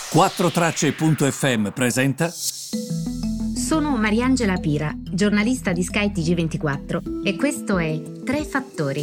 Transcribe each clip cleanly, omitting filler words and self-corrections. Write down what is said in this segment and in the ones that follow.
4Tracce.fm presenta. Sono Mariangela Pira, giornalista di Sky TG24 e questo è Tre Fattori.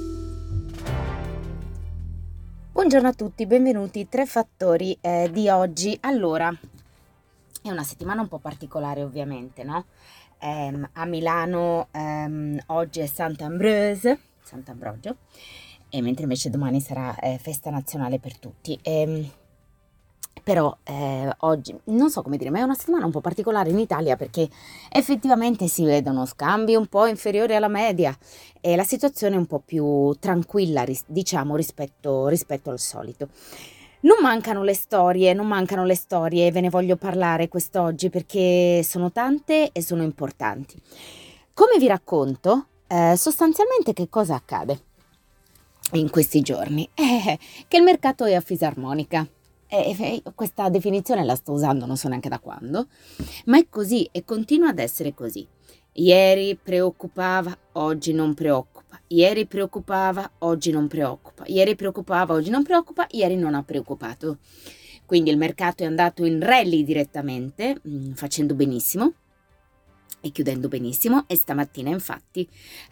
Buongiorno a tutti, benvenuti. Tre Fattori di oggi. Allora, è una settimana un po' particolare ovviamente, no? A Milano oggi è Sant'Ambrogio, e mentre invece domani sarà festa nazionale per tutti. Però oggi, non so come dire, ma è una settimana un po' particolare in Italia perché effettivamente si vedono scambi un po' inferiori alla media e la situazione è un po' più tranquilla, diciamo, rispetto al solito. Non mancano le storie, ve ne voglio parlare quest'oggi perché sono tante e sono importanti. Come vi racconto, sostanzialmente che cosa accade in questi giorni? Che il mercato è a fisarmonica. Questa definizione la sto usando non so neanche da quando, ma è così e continua ad essere così. Ieri preoccupava, oggi non preoccupa. Ieri preoccupava, oggi non preoccupa. Ieri preoccupava, oggi non preoccupa. Ieri non ha preoccupato. Quindi il mercato è andato in rally direttamente, facendo benissimo e chiudendo benissimo. E stamattina infatti,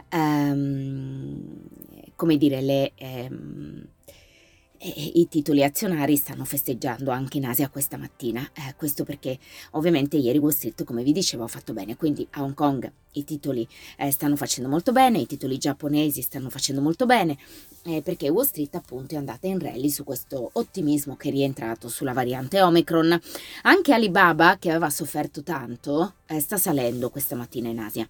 i titoli azionari stanno festeggiando anche in Asia questa mattina, questo perché ovviamente ieri Wall Street, come vi dicevo, ha fatto bene, quindi a Hong Kong i titoli stanno facendo molto bene, i titoli giapponesi stanno facendo molto bene, perché Wall Street appunto è andata in rally su questo ottimismo che è rientrato sulla variante Omicron. Anche Alibaba, che aveva sofferto tanto, sta salendo questa mattina in Asia.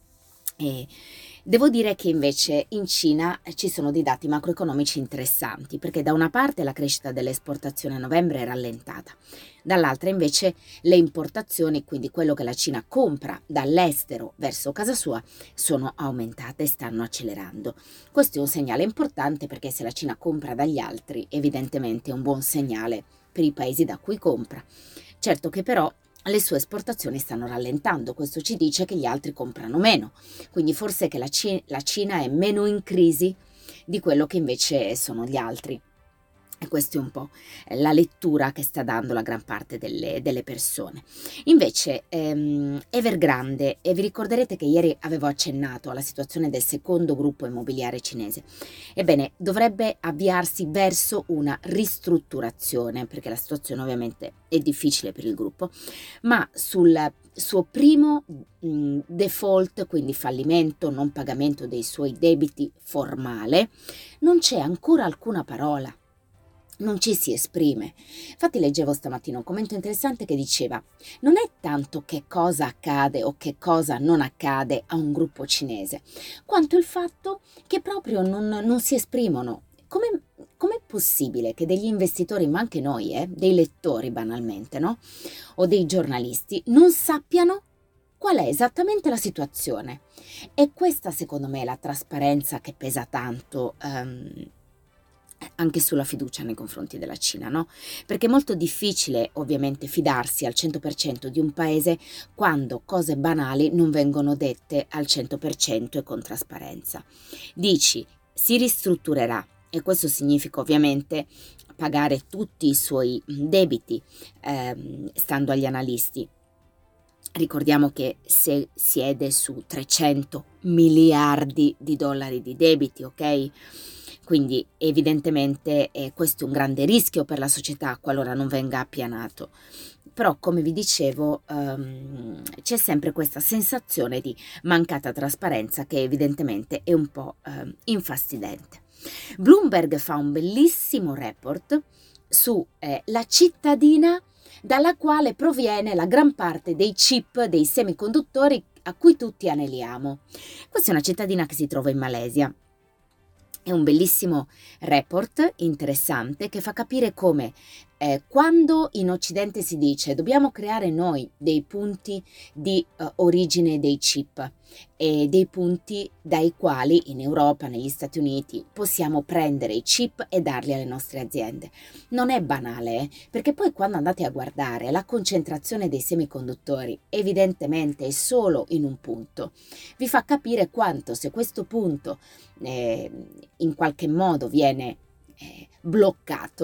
E devo dire che invece in Cina ci sono dei dati macroeconomici interessanti, perché da una parte la crescita delle esportazioni a novembre è rallentata, dall'altra invece le importazioni, quindi quello che la Cina compra dall'estero verso casa sua, sono aumentate e stanno accelerando. Questo è un segnale importante perché se la Cina compra dagli altri, evidentemente è un buon segnale per i paesi da cui compra. Certo che però le sue esportazioni stanno rallentando, questo ci dice che gli altri comprano meno, quindi forse che la Cina è meno in crisi di quello che invece sono gli altri. E questa è un po' la lettura che sta dando la gran parte delle persone. Invece Evergrande, e vi ricorderete che ieri avevo accennato alla situazione del secondo gruppo immobiliare cinese, ebbene dovrebbe avviarsi verso una ristrutturazione, perché la situazione ovviamente è difficile per il gruppo, ma sul suo primo default, quindi fallimento, non pagamento dei suoi debiti formale, non c'è ancora alcuna parola. Non ci si esprime. Infatti leggevo stamattina un commento interessante che diceva: non è tanto che cosa accade o che cosa non accade a un gruppo cinese, quanto il fatto che proprio non si esprimono. Com'è possibile che degli investitori, ma anche noi, dei lettori banalmente, no? O dei giornalisti, non sappiano qual è esattamente la situazione? E questa secondo me è la trasparenza che pesa tanto anche sulla fiducia nei confronti della Cina, no? Perché è molto difficile ovviamente fidarsi al 100% di un paese quando cose banali non vengono dette al 100% e con trasparenza. Dici, si ristrutturerà e questo significa ovviamente pagare tutti i suoi debiti, stando agli analisti. Ricordiamo che se siede su 300 miliardi di dollari di debiti, ok? Quindi evidentemente questo è un grande rischio per la società qualora non venga appianato. Però come vi dicevo c'è sempre questa sensazione di mancata trasparenza che evidentemente è un po' infastidente. Bloomberg fa un bellissimo report su la cittadina dalla quale proviene la gran parte dei chip, dei semiconduttori a cui tutti aneliamo. Questa è una cittadina che si trova in Malesia. È un bellissimo report interessante che fa capire come quando in Occidente si dice dobbiamo creare noi dei punti di origine dei chip e dei punti dai quali in Europa, negli Stati Uniti possiamo prendere i chip e darli alle nostre aziende. Non è banale, perché poi quando andate a guardare la concentrazione dei semiconduttori evidentemente è solo in un punto. Vi fa capire quanto se questo punto in qualche modo viene bloccato,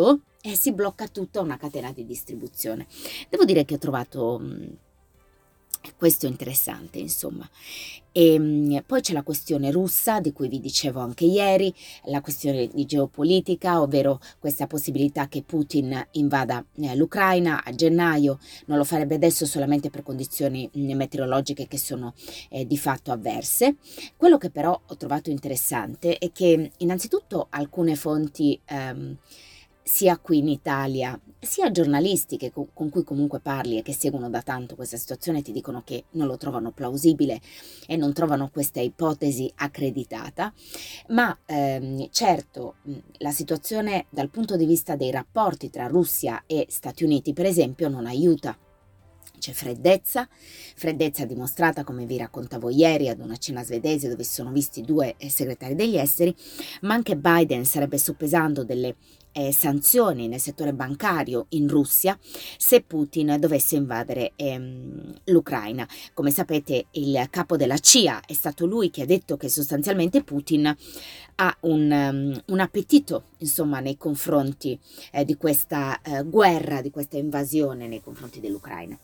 si blocca tutta una catena di distribuzione. Devo dire che ho trovato questo interessante, insomma. Poi c'è la questione russa, di cui vi dicevo anche ieri, la questione di geopolitica, ovvero questa possibilità che Putin invada l'Ucraina a gennaio. Non lo farebbe adesso solamente per condizioni meteorologiche che sono di fatto avverse. Quello che però ho trovato interessante è che innanzitutto alcune fonti sia qui in Italia, sia giornalisti con cui comunque parli e che seguono da tanto questa situazione ti dicono che non lo trovano plausibile e non trovano questa ipotesi accreditata, ma certo la situazione dal punto di vista dei rapporti tra Russia e Stati Uniti, per esempio, non aiuta. C'è freddezza dimostrata, come vi raccontavo ieri, ad una cena svedese dove si sono visti due segretari degli esteri, ma anche Biden starebbe soppesando delle sanzioni nel settore bancario in Russia se Putin dovesse invadere l'Ucraina. Come sapete, il capo della CIA è stato lui che ha detto che sostanzialmente Putin ha un appetito, insomma, nei confronti di questa guerra, di questa invasione nei confronti dell'Ucraina.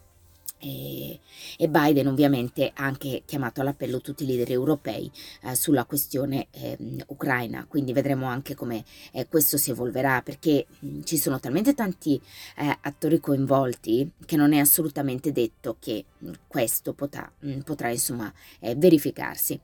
E Biden ovviamente ha anche chiamato all'appello tutti i leader europei sulla questione ucraina, quindi vedremo anche come questo si evolverà, perché ci sono talmente tanti attori coinvolti che non è assolutamente detto che questo potrà insomma verificarsi.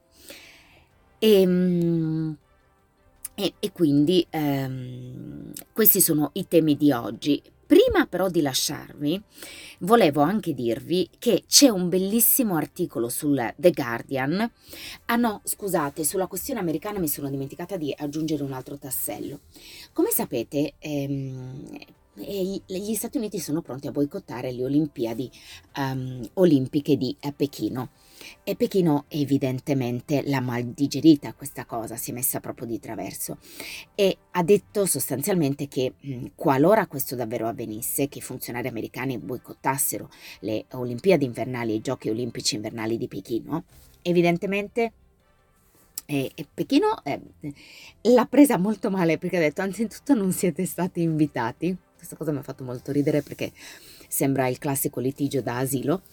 E quindi questi sono i temi di oggi. Prima però di lasciarvi, volevo anche dirvi che c'è un bellissimo articolo sul The Guardian. Ah no, scusate, sulla questione americana mi sono dimenticata di aggiungere un altro tassello. Come sapete, gli Stati Uniti sono pronti a boicottare le Olimpiadi olimpiche di Pechino. E Pechino evidentemente l'ha mal digerita questa cosa, si è messa proprio di traverso e ha detto sostanzialmente che qualora questo davvero avvenisse, che i funzionari americani boicottassero le Olimpiadi invernali e i Giochi Olimpici invernali di Pechino, evidentemente Pechino l'ha presa molto male, perché ha detto anzitutto non siete stati invitati. Questa cosa mi ha fatto molto ridere perché sembra il classico litigio da asilo.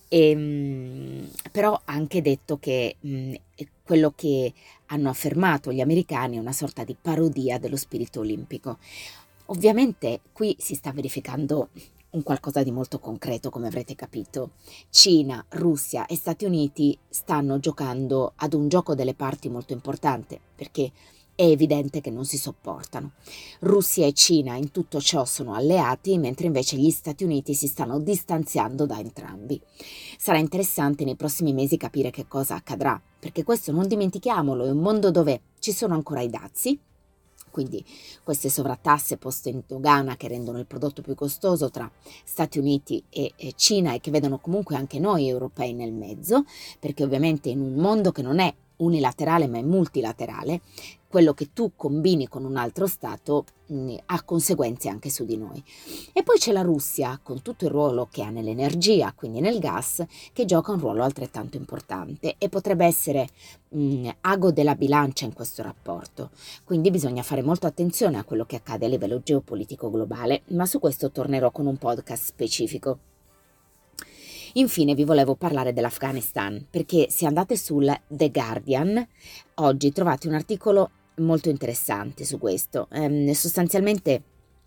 Però ha anche detto che quello che hanno affermato gli americani è una sorta di parodia dello spirito olimpico. Ovviamente qui si sta verificando un qualcosa di molto concreto, come avrete capito. Cina, Russia e Stati Uniti stanno giocando ad un gioco delle parti molto importante, perché è evidente che non si sopportano. Russia e Cina in tutto ciò sono alleati, mentre invece gli Stati Uniti si stanno distanziando da entrambi. Sarà interessante nei prossimi mesi capire che cosa accadrà, perché questo, non dimentichiamolo, è un mondo dove ci sono ancora i dazi, quindi queste sovrattasse poste in dogana che rendono il prodotto più costoso tra Stati Uniti e Cina, e che vedono comunque anche noi europei nel mezzo, perché ovviamente in un mondo che non è unilaterale ma è multilaterale, quello che tu combini con un altro Stato ha conseguenze anche su di noi. E poi c'è la Russia, con tutto il ruolo che ha nell'energia, quindi nel gas, che gioca un ruolo altrettanto importante e potrebbe essere ago della bilancia in questo rapporto. Quindi bisogna fare molta attenzione a quello che accade a livello geopolitico globale, ma su questo tornerò con un podcast specifico. Infine vi volevo parlare dell'Afghanistan, perché se andate sul The Guardian oggi trovate un articolo molto interessante su questo. Sostanzialmente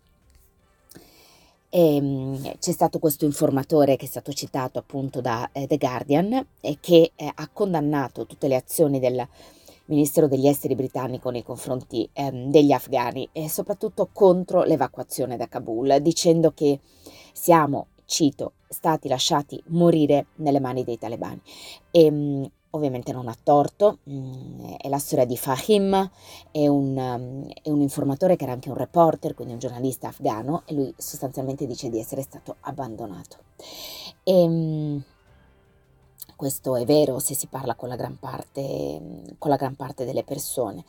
c'è stato questo informatore che è stato citato appunto da The Guardian e che ha condannato tutte le azioni del Ministero degli Esteri britannico nei confronti degli afghani e soprattutto contro l'evacuazione da Kabul, dicendo che siamo, cito, stati lasciati morire nelle mani dei talebani. Ovviamente non ha torto, è la storia di Fahim, è un informatore che era anche un reporter, quindi un giornalista afghano, e lui sostanzialmente dice di essere stato abbandonato. Questo è vero se si parla con la gran parte delle persone.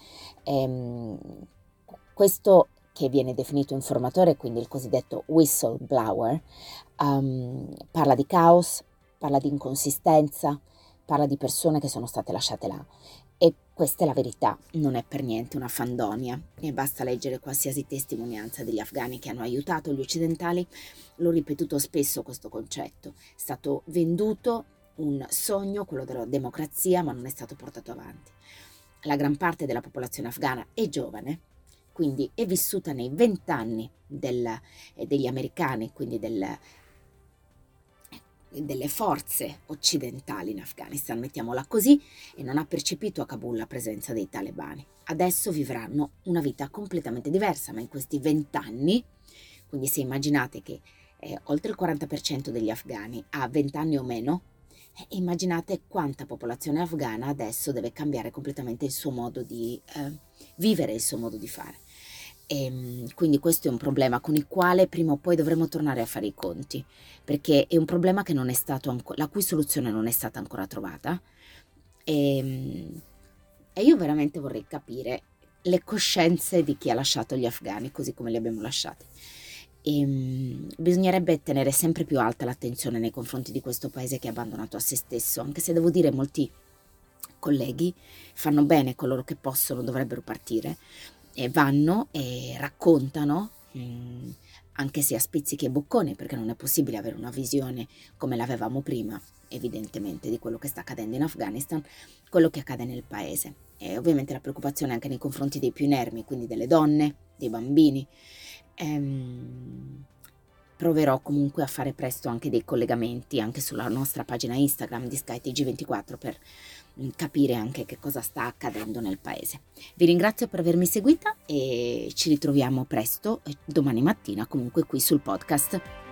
Questo che viene definito informatore, quindi il cosiddetto whistleblower, parla di caos, parla di inconsistenza, parla di persone che sono state lasciate là. E questa è la verità, non è per niente una fandonia, e basta leggere qualsiasi testimonianza degli afghani che hanno aiutato gli occidentali. L'ho ripetuto spesso questo concetto: è stato venduto un sogno, quello della democrazia, ma non è stato portato avanti. La gran parte della popolazione afghana è giovane, quindi è vissuta nei 20 anni degli americani, quindi delle forze occidentali in Afghanistan, mettiamola così, e non ha percepito a Kabul la presenza dei talebani. Adesso vivranno una vita completamente diversa, ma in questi 20 anni, quindi se immaginate che oltre il 40% degli afghani ha 20 anni o meno, immaginate quanta popolazione afghana adesso deve cambiare completamente il suo modo di vivere, il suo modo di fare. Quindi questo è un problema con il quale prima o poi dovremo tornare a fare i conti, perché è un problema che non è stato la cui soluzione non è stata ancora trovata. E, e io veramente vorrei capire le coscienze di chi ha lasciato gli afghani così come li abbiamo lasciati. Bisognerebbe tenere sempre più alta l'attenzione nei confronti di questo paese che è abbandonato a se stesso, anche se devo dire molti colleghi fanno bene, coloro che possono dovrebbero partire e vanno e raccontano, anche se a spizzichi e bocconi, perché non è possibile avere una visione come l'avevamo prima, evidentemente, di quello che sta accadendo in Afghanistan, quello che accade nel paese. E ovviamente la preoccupazione anche nei confronti dei più inermi, quindi delle donne, dei bambini. Proverò comunque a fare presto anche dei collegamenti anche sulla nostra pagina Instagram di SkyTG24 per capire anche che cosa sta accadendo nel paese. Vi ringrazio per avermi seguita e ci ritroviamo presto, domani mattina comunque qui sul podcast.